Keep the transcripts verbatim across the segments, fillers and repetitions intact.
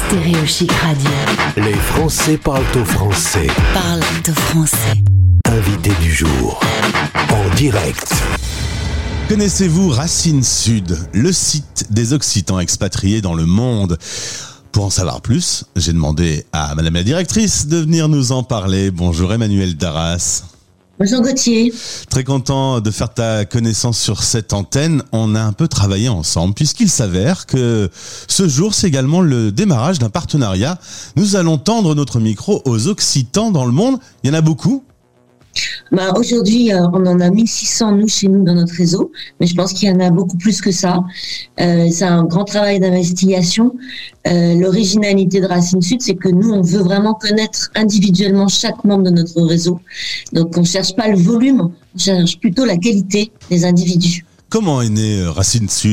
Stéréo Chic Radio. Les Français parlent au français. Parlent au français. Invité du jour, en direct. Connaissez-vous Racine Sud, le site des Occitans expatriés dans le monde ? Pour en savoir plus, j'ai demandé à Madame la directrice de venir nous en parler. Bonjour Emmanuelle Darras. Bonjour Gauthier. Très content de faire ta connaissance sur cette antenne. On a un peu travaillé ensemble puisqu'il s'avère que ce jour, c'est également le démarrage d'un partenariat. Nous allons tendre notre micro aux Occitans dans le monde. Il y en a beaucoup ? Bah, aujourd'hui, euh, on en a mille six cents, nous, chez nous, dans notre réseau. Mais je pense qu'il y en a beaucoup plus que ça. Euh, c'est un grand travail d'investigation. Euh, l'originalité de Racine Sud, c'est que nous, on veut vraiment connaître individuellement chaque membre de notre réseau. Donc, on cherche pas le volume, on cherche plutôt la qualité des individus. Comment est né Racine Sud ?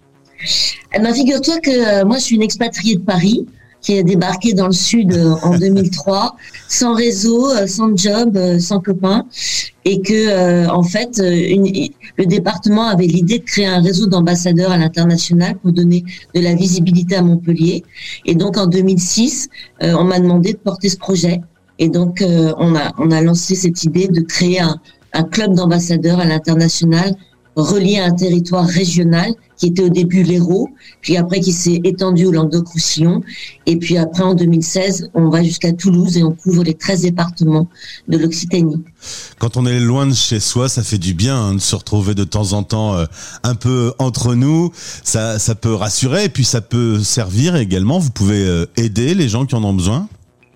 Eh ben, figure-toi que euh, moi, je suis une expatriée de Paris, qui a débarqué dans le sud euh, en deux mille trois, sans réseau, euh, sans job, euh, sans copains, et que euh, en fait, euh, une, le département avait l'idée de créer un réseau d'ambassadeurs à l'international pour donner de la visibilité à Montpellier. Et donc en deux mille six, euh, on m'a demandé de porter ce projet, et donc euh, on a on a lancé cette idée de créer un, un club d'ambassadeurs à l'international relié à un territoire régional qui était au début l'Hérault, puis après qui s'est étendu au Languedoc-Roussillon, et puis après en deux mille seize, on va jusqu'à Toulouse et on couvre les treize départements de l'Occitanie. Quand on est loin de chez soi, ça fait du bien hein, de se retrouver de temps en temps euh, un peu entre nous, ça, ça peut rassurer et puis ça peut servir également, vous pouvez euh, aider les gens qui en ont besoin ?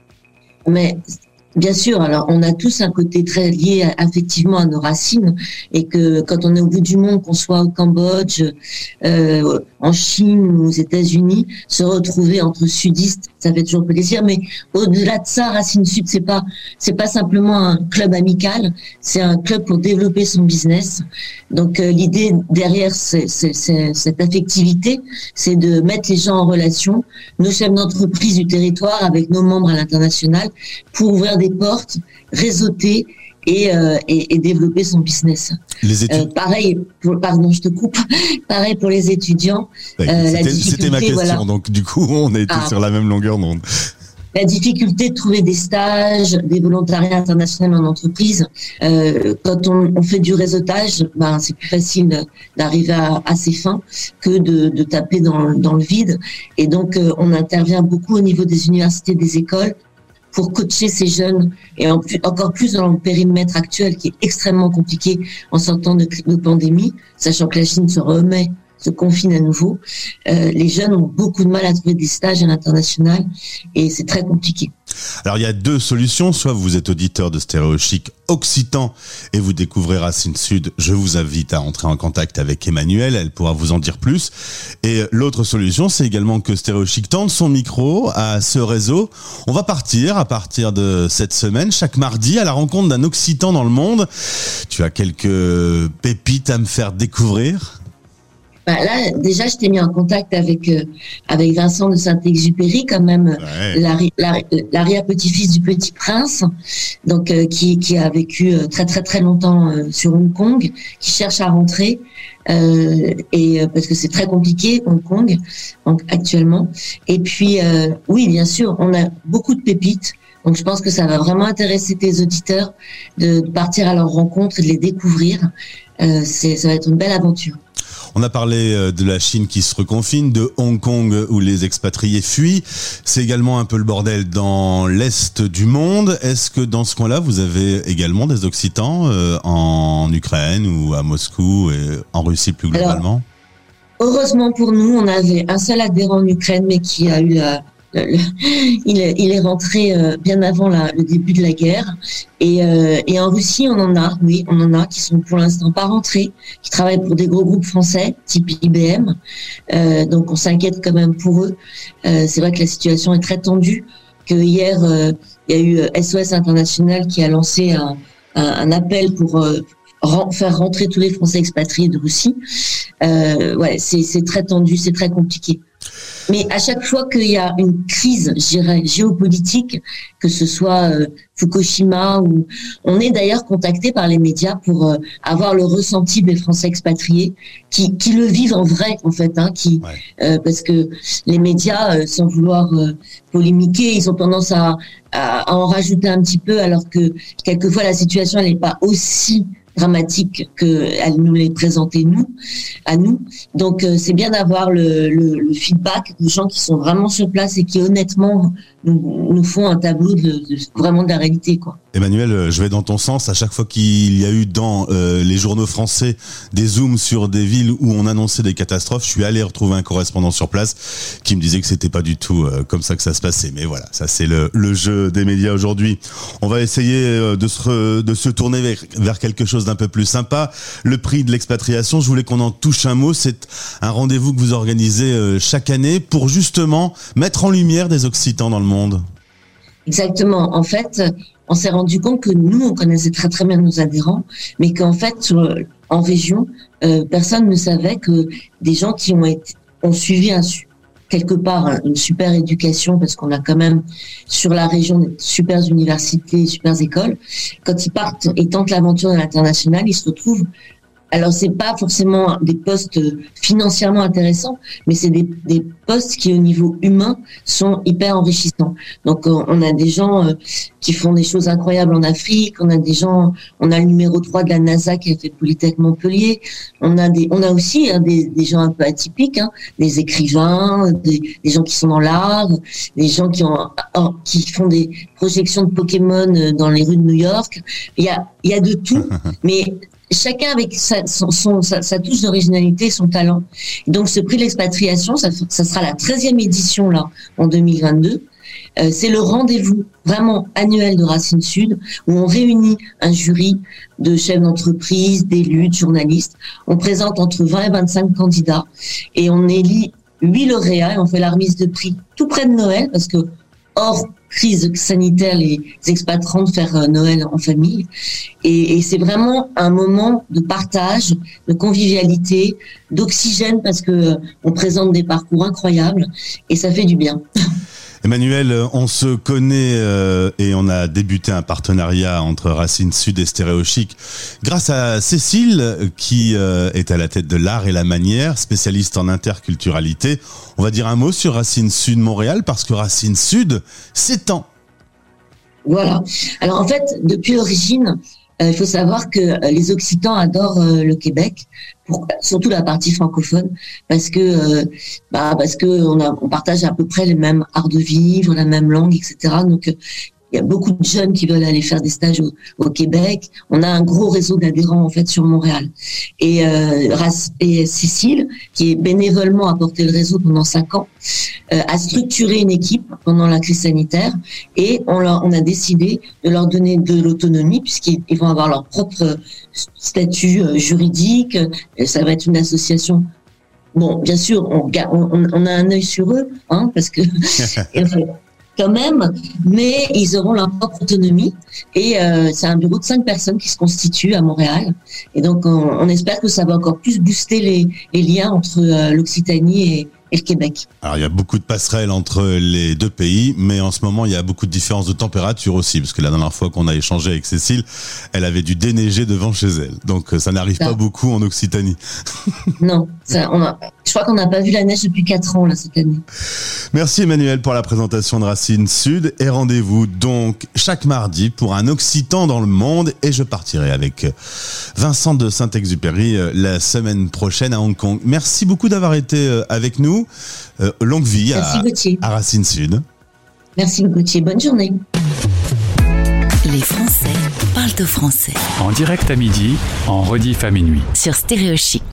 Mais bien sûr, alors on a tous un côté très lié affectivement à nos racines et que quand on est au bout du monde, qu'on soit au Cambodge, euh, en Chine ou aux États-Unis, se retrouver entre sudistes, ça fait toujours plaisir. Mais au-delà de ça, Racine Sud, c'est pas c'est pas simplement un club amical, c'est un club pour développer son business. Donc euh, l'idée derrière c'est, c'est, c'est, cette affectivité, c'est de mettre les gens en relation, nos chefs d'entreprise du territoire avec nos membres à l'international, pour ouvrir des portes, réseauter et, euh, et, et développer son business. Les études... euh, pareil, pour, pardon, je te coupe. Pareil pour les étudiants. Euh, c'était, c'était ma question, voilà. Donc du coup, on a été ah. sur la même longueur d'onde. La difficulté de trouver des stages, des volontariats internationaux en entreprise. Euh, quand on, on fait du réseautage, ben c'est plus facile d'arriver à, à ses fins que de, de taper dans, dans le vide. Et donc, euh, on intervient beaucoup au niveau des universités, des écoles, pour coacher ces jeunes, et en plus, encore plus dans le périmètre actuel qui est extrêmement compliqué en sortant de, de pandémie, sachant que la Chine se remet, se confine à nouveau. Euh, les jeunes ont beaucoup de mal à trouver des stages à l'international et c'est très compliqué. Alors il y a deux solutions, soit vous êtes auditeur de Stéréo Chic Occitan et vous découvrez Racine Sud, je vous invite à entrer en contact avec Emmanuelle, elle pourra vous en dire plus. Et l'autre solution, c'est également que Stéréo Chic tende son micro à ce réseau. On va partir à partir de cette semaine, chaque mardi, à la rencontre d'un Occitan dans le monde. Tu as quelques pépites à me faire découvrir ? Bah là, déjà, je t'ai mis en contact avec euh, avec Vincent de Saint-Exupéry, quand même, ouais. l'arri- l'arri- l'arrière-petit-fils du Petit Prince, donc euh, qui qui a vécu euh, très très très longtemps euh, sur Hong Kong, qui cherche à rentrer euh, et euh, parce que c'est très compliqué Hong Kong donc, actuellement. Et puis euh, oui, bien sûr, on a beaucoup de pépites. Donc je pense que ça va vraiment intéresser tes auditeurs de, de partir à leur rencontre et de les découvrir. Euh, c'est ça va être une belle aventure. On a parlé de la Chine qui se reconfine, de Hong Kong où les expatriés fuient. C'est également un peu le bordel dans l'Est du monde. Est-ce que dans ce coin-là, vous avez également des Occitans euh, en Ukraine ou à Moscou et en Russie plus globalement ? Alors, heureusement pour nous, on avait un seul adhérent en Ukraine, mais qui a eu la... Le, le, il, est, il est rentré euh, bien avant la, le début de la guerre et, euh, et en Russie on en a, oui on en a qui sont pour l'instant pas rentrés, qui travaillent pour des gros groupes français type I B M, euh, donc on s'inquiète quand même pour eux. Euh, c'est vrai que la situation est très tendue, que hier euh, il y a eu S O S International qui a lancé un, un, un appel pour euh, ren- faire rentrer tous les Français expatriés de Russie. Euh, ouais, c'est, c'est très tendu, c'est très compliqué. Mais à chaque fois qu'il y a une crise, je dirais, géopolitique, que ce soit euh, Fukushima, ou on est d'ailleurs contacté par les médias pour euh, avoir le ressenti des Français expatriés qui, qui le vivent en vrai, en fait, hein, qui ouais. euh, parce que les médias, euh, sans vouloir euh, polémiquer, ils ont tendance à, à, à en rajouter un petit peu, alors que quelquefois la situation elle n'est pas aussi dramatique qu'elle nous l'est présentée nous, à nous. Donc euh, c'est bien d'avoir le, le, le feedback de gens qui sont vraiment sur place et qui honnêtement nous, nous font un tableau de, de vraiment de la réalité, quoi. Emmanuel, je vais dans ton sens. À chaque fois qu'il y a eu dans euh, les journaux français des zooms sur des villes où on annonçait des catastrophes, je suis allé retrouver un correspondant sur place qui me disait que c'était pas du tout euh, comme ça que ça se passait. Mais voilà, ça c'est le, le jeu des médias aujourd'hui. On va essayer euh, de se de se tourner vers, vers quelque chose d'un peu plus sympa. Le prix de l'expatriation, je voulais qu'on en touche un mot. C'est un rendez-vous que vous organisez euh, chaque année pour justement mettre en lumière des Occitans dans le monde. Exactement. En fait, on s'est rendu compte que nous, on connaissait très très bien nos adhérents, mais qu'en fait, sur, en région, euh, personne ne savait que des gens qui ont été, ont suivi un, quelque part une super éducation, parce qu'on a quand même sur la région des super universités, super écoles. Quand ils partent et tentent l'aventure de l'international, ils se retrouvent. Alors c'est pas forcément des postes financièrement intéressants, mais c'est des, des postes qui au niveau humain sont hyper enrichissants. Donc on a des gens qui font des choses incroyables en Afrique, on a des gens, on a le numéro trois de la NASA qui a fait Polytech Montpellier, on a des, on a aussi hein, des, des gens un peu atypiques, hein, des écrivains, des, des gens qui sont dans l'art, des gens qui ont, qui font des projections de Pokémon dans les rues de New York. Il y a, il y a de tout, mais chacun avec sa, son, son, sa, sa touche d'originalité, son talent. Et donc, ce prix de l'expatriation, ça, ça sera la treizième édition là en deux mille vingt-deux. Euh, c'est le rendez-vous vraiment annuel de Racine Sud où on réunit un jury de chefs d'entreprise, d'élus, de journalistes. On présente entre vingt et vingt-cinq candidats et on élit huit lauréats et on fait la remise de prix tout près de Noël parce que hors crise sanitaire, les expats rentrent faire Noël en famille. Et, et c'est vraiment un moment de partage, de convivialité, d'oxygène parce que on présente des parcours incroyables et ça fait du bien. Emmanuel, on se connaît euh, et on a débuté un partenariat entre Racine Sud et Stéréo Chic grâce à Cécile qui euh, est à la tête de l'art et la manière, spécialiste en interculturalité. On va dire un mot sur Racine Sud Montréal parce que Racine Sud s'étend. Voilà. Alors en fait, depuis l'origine, il euh, faut savoir que euh, les Occitans adorent euh, le Québec, pour, surtout la partie francophone, parce que euh, bah parce que on, a, on partage à peu près les mêmes arts de vivre, la même langue, et cetera. Donc euh, il y a beaucoup de jeunes qui veulent aller faire des stages au, au Québec. On a un gros réseau d'adhérents en fait sur Montréal. Et, euh, et Cécile, qui est bénévolement a porté le réseau pendant cinq ans, euh, a structuré une équipe pendant la crise sanitaire et on, leur, on a décidé de leur donner de l'autonomie puisqu'ils vont avoir leur propre statut euh, juridique. Ça va être une association. Bon, bien sûr, on, on, on a un œil sur eux, hein, parce que quand même, mais ils auront leur propre autonomie et euh, c'est un bureau de cinq personnes qui se constitue à Montréal et donc on, on espère que ça va encore plus booster les, les liens entre euh, l'Occitanie et, et le Québec. Alors il y a beaucoup de passerelles entre les deux pays, mais en ce moment il y a beaucoup de différences de température aussi, parce que la dernière fois qu'on a échangé avec Cécile, elle avait dû déneiger devant chez elle, donc ça n'arrive ça. pas beaucoup en Occitanie. Non, ça, on a, je crois qu'on n'a pas vu la neige depuis quatre ans là cette année. Merci Emmanuel pour la présentation de Racine Sud et rendez-vous donc chaque mardi pour un Occitan dans le monde et je partirai avec Vincent de Saint-Exupéry la semaine prochaine à Hong Kong. Merci beaucoup d'avoir été avec nous. Euh, longue vie à, à Racine Sud. Merci Gauthier, bonne journée. Les Français parlent au français. En direct à midi, en rediff à minuit. Sur Stéréo Chic.